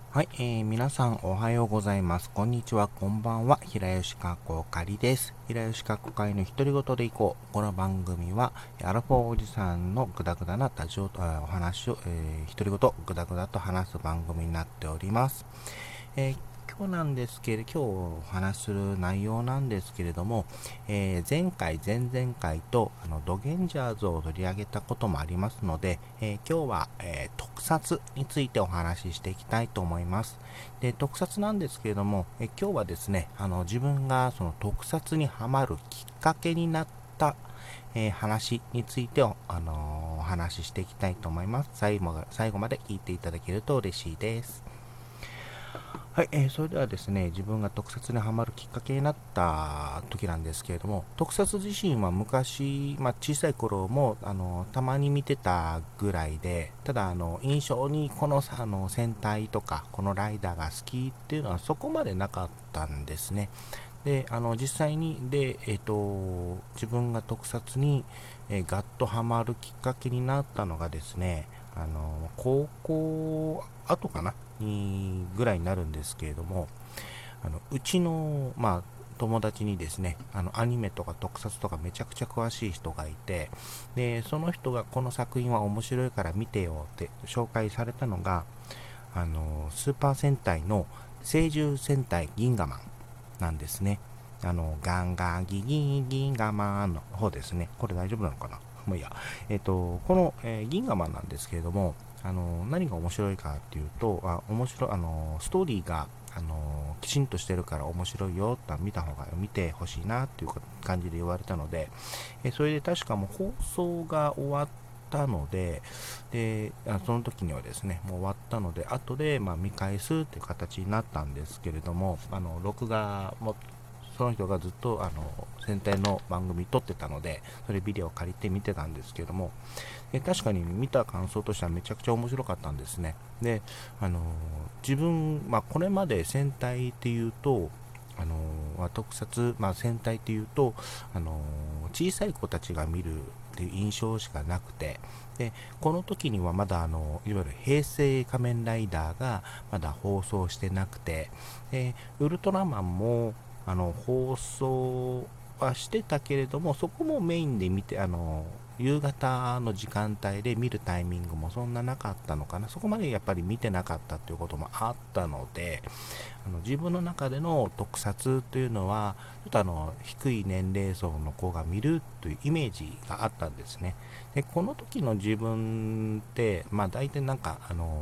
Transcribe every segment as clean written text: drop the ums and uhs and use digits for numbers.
はい、皆さんおはようございます。こんにちは、こんばんは。平吉かこかりです。平吉かこかりの独り言でいこう。この番組は、アラフォーおじさんのグダグダなラジオ、お話を、独り言、グダグダと話す番組になっております。今日なんですけれど、今日お話しする内容なんですけれども、前回、前々回とドゲンジャーズを取り上げたこともありますので、今日は、特撮についてお話ししていきたいと思います。で、特撮なんですけれども、今日はですね、自分がその特撮にハマるきっかけになった話についてお話ししていきたいと思います。最後まで聞いていただけると嬉しいです。はい、それではですね、自分が特撮にハマるきっかけになった時なんですけれども、特撮自身は昔、小さい頃もたまに見てたぐらいで、ただ印象にこの戦隊とかこのライダーが好きっていうのはそこまでなかったんですね。で、実際に自分が特撮に、ガッとハマるきっかけになったのがですね、高校後かなにぐらいになるんですけれども、うちの、友達にですね、アニメとか特撮とかめちゃくちゃ詳しい人がいて、で、その人がこの作品は面白いから見てよって紹介されたのが、スーパー戦隊の聖獣戦隊ギンガマンなんですね。ガンガギギンギンガマンの方ですね。これ大丈夫なのかな。もういいや。この、ギンガマンなんですけれども、何が面白いかっていうと、面白い、ストーリーが、きちんとしてるから面白いよって見てほしいなっていう感じで言われたので、それで確かもう放送が終わったので、その時にはですね、もう終わったので、後で見返すっていう形になったんですけれども、録画もその人がずっと戦隊の番組撮ってたので、それビデオを借りて見てたんですけども、確かに見た感想としてはめちゃくちゃ面白かったんですね。で、自分、これまで戦隊っていうと、特撮、戦隊っていうと、小さい子たちが見るっていう印象しかなくて、で、この時にはまだいわゆる平成仮面ライダーがまだ放送してなくて、ウルトラマンも放送はしてたけれども、そこもメインで見て、夕方の時間帯で見るタイミングもそんななかったのかな。そこまでやっぱり見てなかったということもあったので、自分の中での特撮というのは、ちょっと低い年齢層の子が見るというイメージがあったんですね。で、この時の自分って、大体なんか、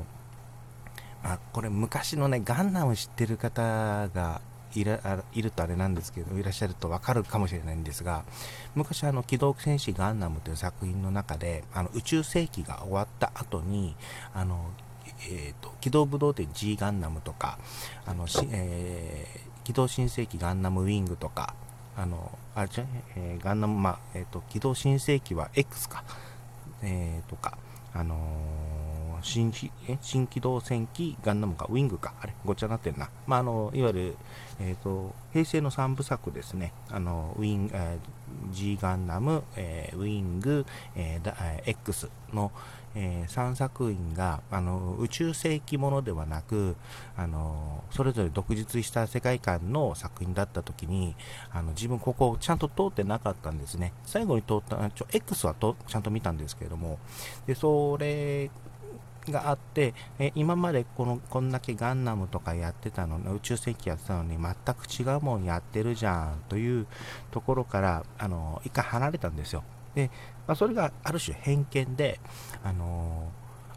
これ昔のね、ガンダム知ってる方がいるとあれなんですけど、いらっしゃるとわかるかもしれないんですが、昔機動戦士ガンダムという作品の中で、宇宙世紀が終わった後に、あの、機動武道で G ガンダムとか、機動新世紀ガンダムウィングとか、ガンダム、機動新世紀は X か、とか、あの新機動戦機ガンダムかウィングか、あれごっちゃになってるな、いわゆる、平成の3部作ですね、ウィン、G ガンダム、ウィング、X の、3作品が宇宙世紀ものではなく、それぞれ独立した世界観の作品だった時に、自分ここちゃんと通ってなかったんですね。最後に通った、X はちゃんと見たんですけれども、でそれがあって、今までこんだけガンダムとかやってたの宇宙世紀やってたのに全く違うもんやってるじゃんというところから一回離れたんですよ。で、それがある種偏見で、あの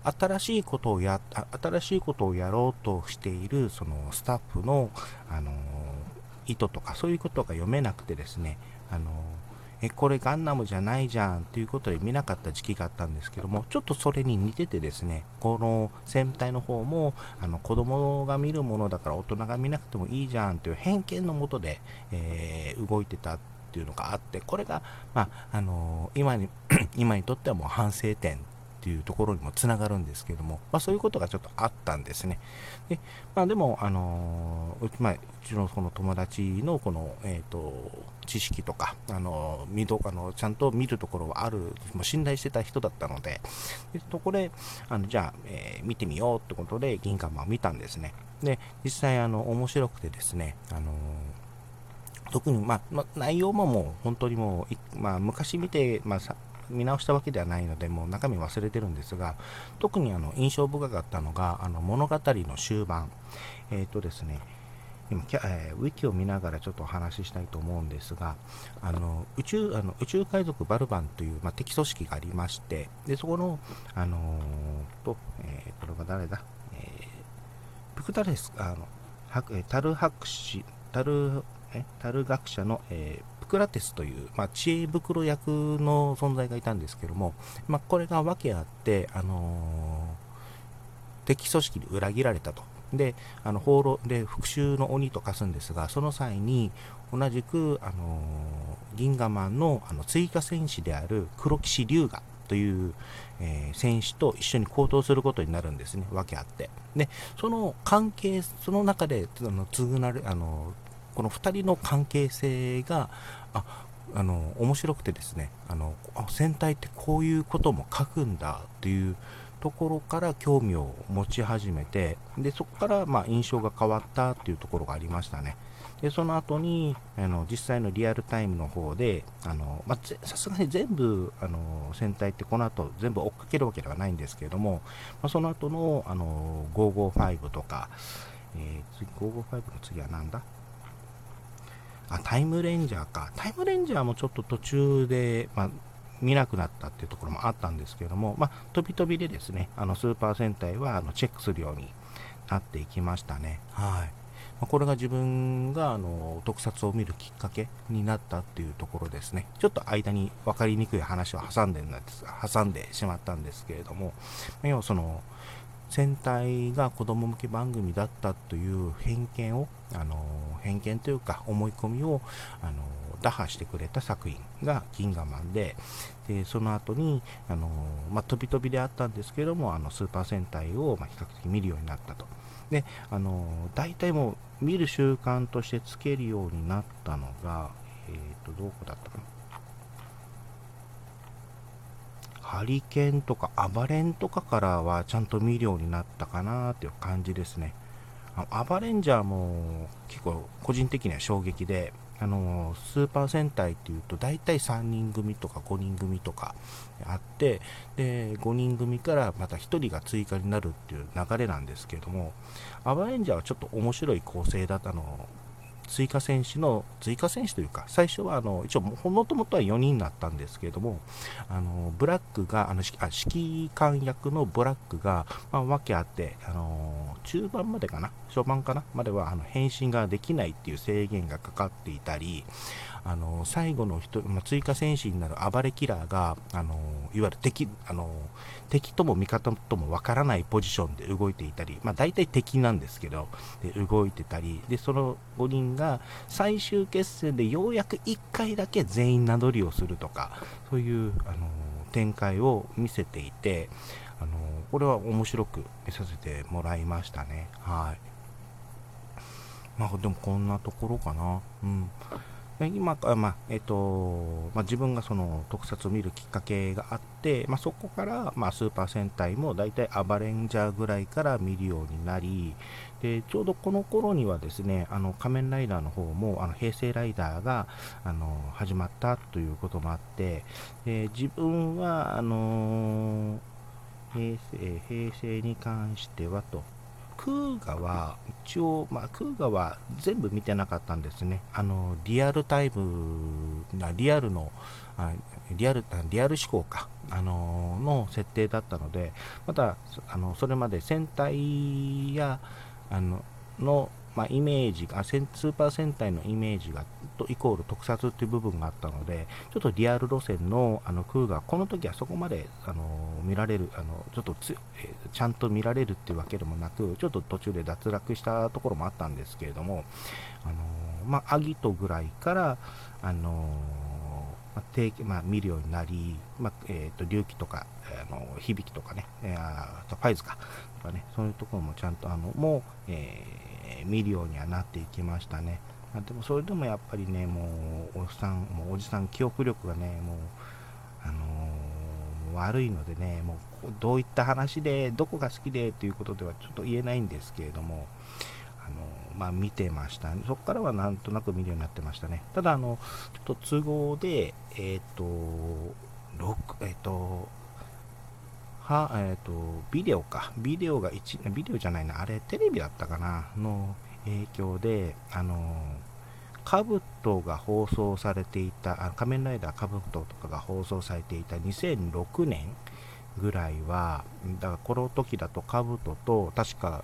新しいことをやろうとしているそのスタッフの、あの意図とかそういうことが読めなくてですね、あのこれガンダムじゃないじゃんということで見なかった時期があったんですけども、ちょっとそれに似ててですね、この戦隊の方も子供が見るものだから大人が見なくてもいいじゃんという偏見のもとで、動いてたっていうのがあって、これが、今に今にとってはもう反省点っていうところにもつながるんですけども、そういうことがちょっとあったんですね。で、でも、うちのその友達のこの、知識とか、ちゃんと見るところはある、もう信頼してた人だったので、そこで、じゃあ、見てみようってことで銀河マンを見たんですね。で、実際、面白くてですね、特に、内容ももう本当にもう、昔見て、見直したわけではないので、もう中身忘れてるんですが、特に印象深かったのが、物語の終盤、ですね、今、ウィキを見ながらちょっとお話ししたいと思うんですが、宇宙海賊バルバンという、敵組織がありまして、でそこの、これは誰だ、プクタレス、タル博士、タル学者の、プクラテスという、知恵袋役の存在がいたんですけども、これが訳あって、敵組織に裏切られたと。で、放浪で復讐の鬼と化すんですが、その際に同じく、銀河マンの、追加戦士である黒騎士龍河という、戦士と一緒に行動することになるんですね、訳あって。で、その関係、その中でこの2人の関係性が面白くてですね、戦隊ってこういうことも書くんだというところから興味を持ち始めて、でそこから印象が変わったというところがありましたね。でその後に実際のリアルタイムの方でさすがに全部戦隊ってこの後全部追っかけるわけではないんですけれども、その後の555とか、555の次はなんだ、タイムレンジャーか。タイムレンジャーもちょっと途中で、見なくなったっていうところもあったんですけれども、飛び飛びでですね、スーパー戦隊はチェックするようになっていきましたね。はい。これが自分が特撮を見るきっかけになったっていうところですね。ちょっと間に分かりにくい話を挟んでしまったんですけれども、要はその戦隊が子供向け番組だったという偏見というか思い込みを打破してくれた作品が銀河マンで、その後に飛び飛びであったんですけどもスーパー戦隊を比較的見るようになったと。で大体もう見る習慣としてつけるようになったのがどこだったかな、ハリケーンとかアバレンとかからはちゃんと見るようになったかなという感じですね。アバレンジャーも結構個人的には衝撃で、スーパー戦隊っていうと大体3人組とか5人組とかあって、で5人組からまた1人が追加になるっていう流れなんですけれども、アバレンジャーはちょっと面白い構成だった追加戦士というか、最初は一応もともとは4人だったんですけれども、ブラックが指揮官役のブラックが、訳あって、中盤までかな初盤かなまでは変身ができないっていう制限がかかっていたり、最後の追加戦士になる暴れキラーがいわゆる敵とも味方ともわからないポジションで動いていたり、大体敵なんですけどで動いてたりで、その5人が最終決戦でようやく1回だけ全員名乗りをするとか、そういう展開を見せていて、これは面白く見させてもらいましたね。はい。でもこんなところかな。今、自分がその特撮を見るきっかけがあって、そこから、スーパー戦隊もだいたいアバレンジャーぐらいから見るようになり、でちょうどこの頃にはですね、仮面ライダーの方も平成ライダーが始まったということもあって、自分は平成に関してはと、クーガは一応、クーガは全部見てなかったんですね。リアルタイムなリアルのリアル思考かの設定だったので、またそれまで戦隊やのイメージがスーパー戦隊のイメージがイコール特撮っていう部分があったので、ちょっとリアル路線のクーガこの時はそこまで見られるちょっとちゃんと見られるっていうわけでもなく、ちょっと途中で脱落したところもあったんですけれども、アギトぐらいから見るようになり、隆起とか、響きとかね、あとファイズかとかね、そういうところもちゃんと見るようにはなっていきましたね。でもそれでもやっぱりね、もうおじさん記憶力がね、もう悪いのでね、もうどういった話でどこが好きでということではちょっと言えないんですけれども、見てましたね。そこからはなんとなく見るようになってましたね。ただちょっと都合でビデオか、ビデオじゃないな、あれテレビだったかなの影響で、カブトが放送されていた、仮面ライダーカブトとかが放送されていた2006年ぐらいは、だからこの時だとカブトと、確か、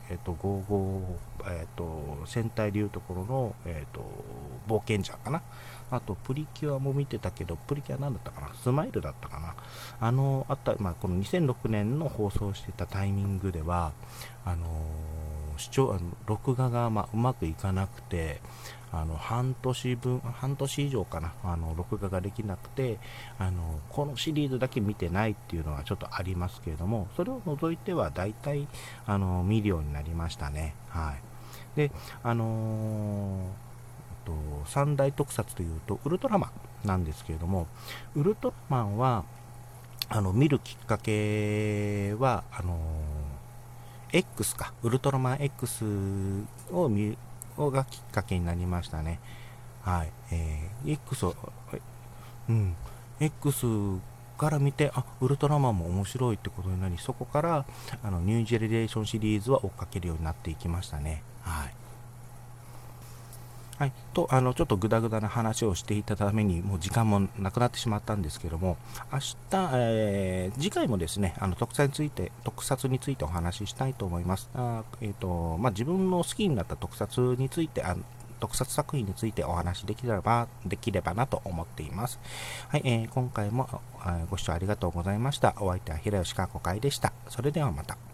戦隊でいうところの、冒険者かな。あと、プリキュアも見てたけど、プリキュア何だったかな、スマイルだったかな。この2006年の放送していたタイミングでは、録画がうまくいかなくて、半年以上かな、録画ができなくて、このシリーズだけ見てないっていうのはちょっとありますけれども、それを除いては大体見るようになりましたね。はい。で、三大特撮というとウルトラマンなんですけれども、ウルトラマンは見るきっかけはX か、ウルトラマン X がきっかけになりましたね。はい。X から見て、ウルトラマンも面白いってことになり、そこからニュージェネレーションシリーズは追っかけるようになっていきましたね。はい。はい、ちょっとグダグダな話をしていたために、もう時間もなくなってしまったんですけども、明日、次回もですね、特撮についてお話ししたいと思います。自分の好きになった特撮について、特撮作品についてお話しできればなと思っています。はい、今回もご視聴ありがとうございました。お相手は平吉かこかいでした。それではまた。